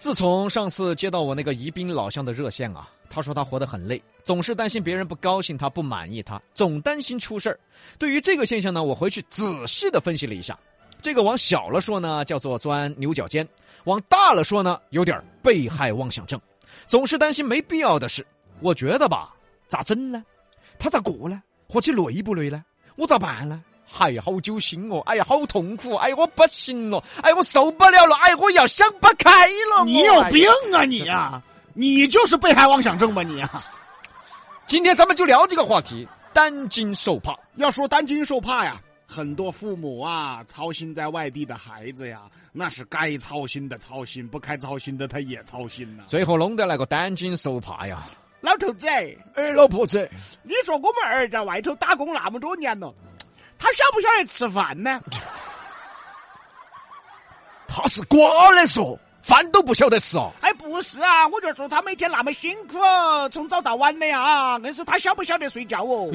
自从上次接到我那个宜宾老乡的热线啊，他说他活得很累，总是担心别人不高兴他、不满意他，总担心出事儿。对于这个现象呢，我回去仔细的分析了一下，这个往小了说呢，叫做钻牛角尖；往大了说呢，有点被害妄想症，总是担心没必要的事。我觉得吧，咋整呢？他咋过呢？活起累不累呢？我咋办呢？哎呀，好揪心哦！哎呀，好痛苦！哎呀，我不行了！哎，我受不了了！哎，我要想不开了！ 你有病啊你啊！你就是被害妄想症吧你啊！ 今天咱们就聊这个话题，担惊受怕。 要说担惊受怕呀，很多父母啊，操心在外地的孩子呀，那是该操心的操心，不该操心的他也操心呢。 最后弄得那个担惊受怕呀。 老头子， 老婆子， 你说我们儿在外头打工那么多年了，他晓不晓得吃饭呢？ 他是瓜的说，饭都不晓得吃哦。 哎，不是啊，我就说他每天那么辛苦，从早到晚的呀，硬是他晓不晓得睡觉哦？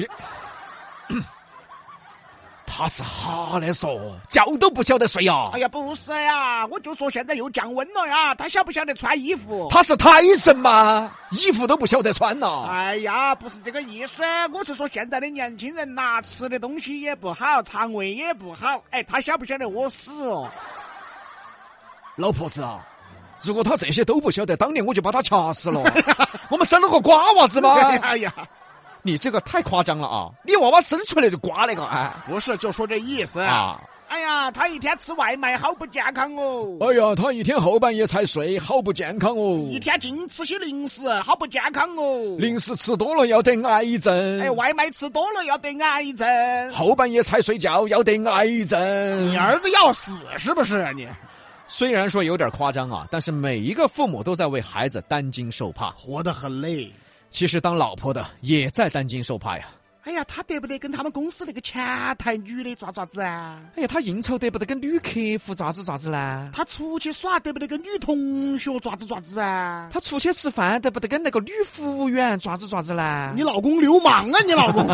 他是哈的说，觉都不晓得睡呀。 哎呀，不是呀，我就说现在又降温了呀，他晓不晓得穿衣服？ 他是太神吗？衣服都不晓得穿呐。 哎呀，不是这个意思，我是说现在的年轻人呐，吃的东西也不好，肠胃也不好。哎，他晓不晓得屙屎哦？ 老婆子啊，如果他这些都不晓得，当年我就把他掐死了。我们生了个瓜娃子吗？ 哎呀， 你这个太夸张了啊！你娃娃生出来就瓜那个，哎， 不是，就说这意思啊。 哎呀，他一天吃外卖好不健康哦。 哎呀，他一天后半夜才睡，好不健康哦。 一天净吃些零食，好不健康哦。 零食吃多了要得癌症。 哎，外卖吃多了要得癌症。 后半夜才睡觉要得癌症。 你儿子要死是不是你？ 虽然说有点夸张啊，但是每一个父母都在为孩子担惊受怕， 活得很累。 其实当老婆的也在担惊受怕呀。 哎呀，他得不得跟他们公司那个前台女的爪子啊？ 哎呀，他应酬得不得跟女客户爪子呢？ 他出去耍得不得跟女同学爪子啊？ 他出去吃饭得不得跟那个女服务员爪子呢？ 你老公流氓啊，你老公！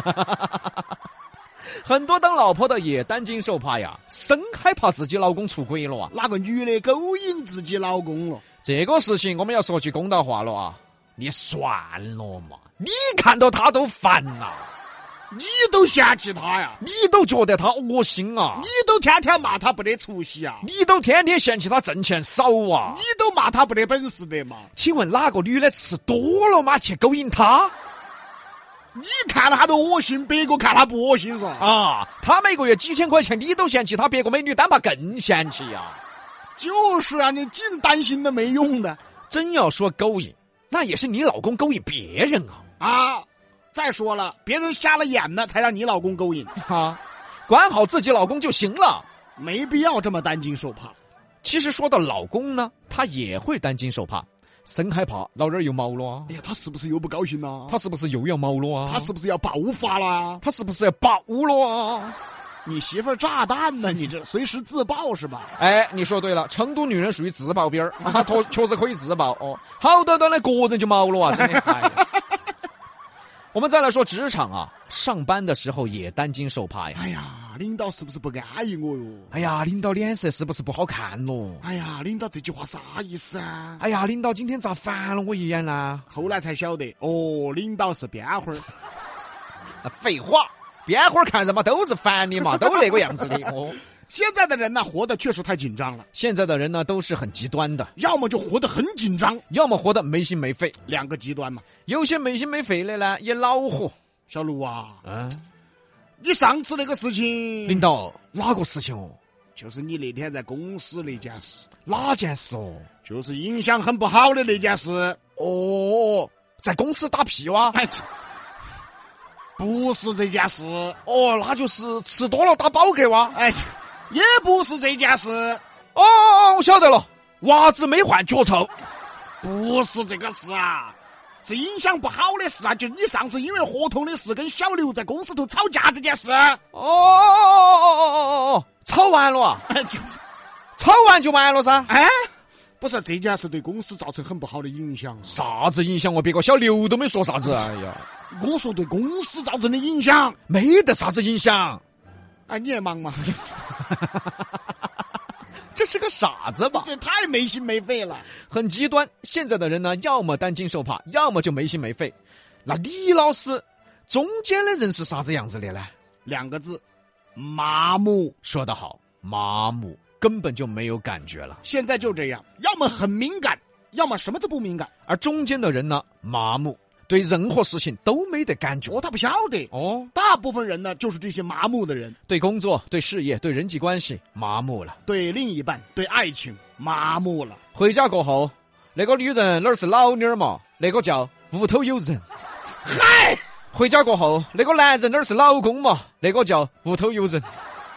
很多当老婆的也担惊受怕呀，生害怕自己老公出轨了啊！ 哪个女的勾引自己老公了？ 这个事情我们要说句公道话了啊！你算了嘛，你看到他都烦呐， 你都嫌弃他呀， 你都觉得他恶心啊， 你都天天骂他不得出息啊， 你都天天嫌弃他挣钱少啊， 你都骂他不得本事的嘛？ 请问哪个女的吃多了嘛去勾引他？ 你看了他都恶心，别个看他不恶心噻。 啊，他每个月几千块钱你都嫌弃他，别个美女单怕更嫌弃呀。 就是啊，你净担心的没用的。 真要说勾引，那也是你老公勾引别人啊。 啊，再说了，别人瞎了眼呢，才让你老公勾引啊。管好自己老公就行了， 没必要这么担惊受怕。 其实说到老公呢，他也会担惊受怕。生害怕老人又毛了啊！ 哎呀，他是不是又不高兴了？ 他是不是又要毛了啊？ 他是不是要爆发了？ 他是不是要爆了啊？ 你媳妇儿炸弹呢？你这随时自爆是吧？ 哎，你说对了，成都女人属于自爆边儿，她确实可以自爆哦。好端端的个人就毛了啊！真的。我们再来说职场啊，上班的时候也担惊受怕呀。 哎呀，领导是不是不安逸我哟？ 哎呀，领导脸色是不是不好看咯？ 哎呀，领导这句话啥意思啊？ 哎呀，领导今天咋烦了我一眼呢？ 后来才晓得，哦，领导是边花儿。 废话，边花儿看什么都是烦你嘛，都那个样子的哦。 现在的人呢，活得确实太紧张了。 现在的人呢，都是很极端的， 要么就活得很紧张， 要么活得没心没肺， 两个极端嘛。 有些没心没肺的呢，也恼火。 小卢啊，你上次那个事情， 领导哪个事情哦？ 就是你那天在公司那件事。 哪件事哦？ 就是影响很不好的那件事。 哦，在公司打屁哇？ 哎，不是这件事。 哦，那就是吃多了打饱嗝哇？ 哎，也不是这件事。 哦，我晓得了，袜子没换脚臭。 不是这个事啊，是影响不好的事啊，就你上次因为合同的事跟小刘在公司头吵架这件事。 哦，吵完了啊？吵完就完了噻？ 哎，不是，这件事对公司造成很不好的影响。 啥子影响啊？别个小刘都没说啥子。哎呀， 我说对公司造成的影响， 没得啥子影响。 哎，你也忙嘛？ 这是个傻子吧？ 这太没心没肺了， 很极端。现在的人呢，要么担惊受怕，要么就没心没肺。那李老师中间的人是啥子样子的呢 ？2个字，麻木。 说得好，麻木，根本就没有感觉了。 现在就这样，要么很敏感，要么什么都不敏感。 而中间的人呢，麻木，对任何事情都没得感觉。 他不晓得。大部分人呢，就是这些麻木的人， 对工作、对事业、对人际关系麻木了， 对另一半、对爱情麻木了。 回家过后，那个女人哪儿是老妞儿嘛？那个叫屋头有人。 嗨！ 回家过后，那个男人哪儿是老公嘛？那个叫屋头有人。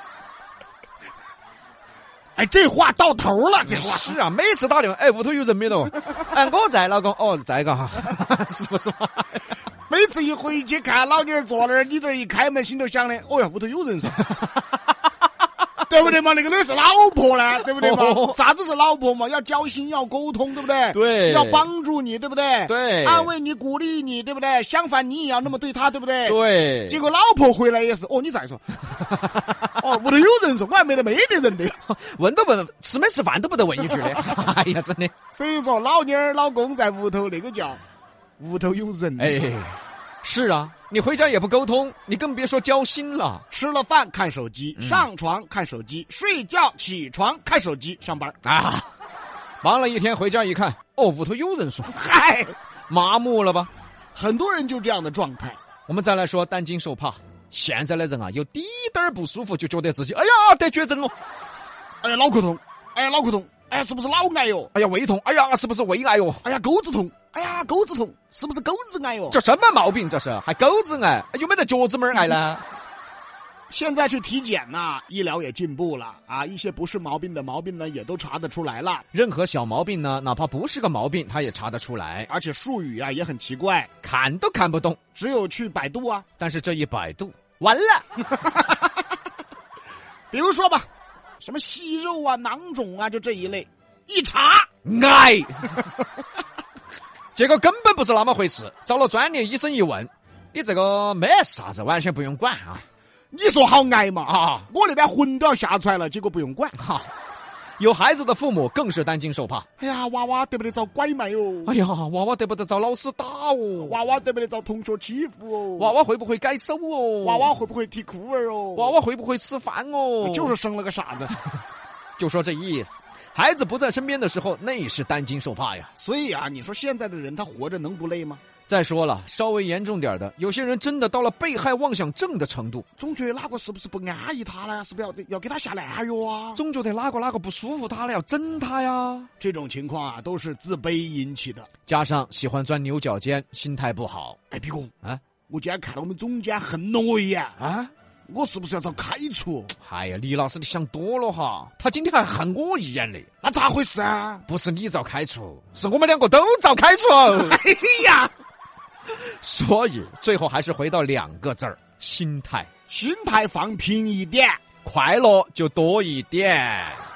哎，这话到头了，这话是啊，每次打电话，哎，屋头有人没得？哎，我在，老公，哦，在个哈，是不是嘛？ 每次一回去看老妞儿坐那儿，你这一开门，心头想的，哦呀，屋头有人噻。对不对嘛？那个哪是老婆呢？对不对嘛？啥子是老婆嘛？要交心，要沟通，对不对？ 对， 要帮助你，对不对？ 对， 安慰你，鼓励你，对不对？相反，你也要那么对他，对不对？ 对。 结果老婆回来也是，哦，你再说，哦，屋头有人说，我还没得人的， 问都问，吃没吃饭都不得问一句的。哎呀，真的。 所以说，老妞儿老公在屋头，那个叫屋头有人。 哎。是啊，你回家也不沟通，你更别说交心了。 吃了饭看手机，上床看手机，睡觉起床看手机，上班啊，忙了一天回家一看，哦，屋头有人说， 嗨， 麻木了吧？ 很多人就这样的状态。 我们再来说担惊受怕，现在的人啊，有滴点儿不舒服就觉得自己，哎呀，得绝症了， 哎呀，脑壳痛，哎呀，脑壳痛，哎呀，是不是脑癌哟？ 哎呀，胃痛，哎呀，是不是胃癌哟？ 哎呀，钩子痛。哎呀，钩子痛，是不是钩子癌哟？ 这什么毛病？这是还钩子癌？有没得脚趾门癌呢？ 现在去体检呐，医疗也进步了啊，一些不是毛病的毛病呢，也都查得出来了。 任何小毛病呢，哪怕不是个毛病，它也查得出来。 而且术语啊也很奇怪， 看都看不懂， 只有去百度啊。 但是这一百度完了， 比如说吧，什么息肉啊、囊肿啊，就这一类，一查癌。结果根本不是那么回事，找了专业医生一问，你这个没啥子，完全不用管啊。 你说好癌嘛啊！ 我那边魂都要吓出来了，结果不用管哈。有孩子的父母更是担惊受怕。 哎呀，娃娃得不得遭拐卖哦？ 哎呀，娃娃得不得遭老师打哦？ 娃娃得不得遭同学欺负哦？ 娃娃会不会改手哦？ 娃娃会不会踢裤儿哦？ 娃娃会不会吃饭哦？ 就是生了个傻子。 就说这意思，孩子不在身边的时候，那是担惊受怕呀。 所以啊，你说现在的人他活着能不累吗？ 再说了，稍微严重点的，有些人真的到了被害妄想症的程度， 总觉得哪个是不是不安逸他呢？是不是要给他下烂药啊？ 总觉得哪个不舒服他了，要整他呀。 这种情况啊，都是自卑引起的， 加上喜欢钻牛角尖，心态不好。 哎，毕哥啊， 我今天看到我们总监很挪呀啊！ 我是不是要遭开除？ 哎呀，李老师，你想多了哈！他今天还恨我一眼嘞， 那咋回事啊？ 不是你遭开除，是我们两个都遭开除。 哎呀， 所以最后还是回到2个字儿：心态。 心态放平一点， 快乐就多一点。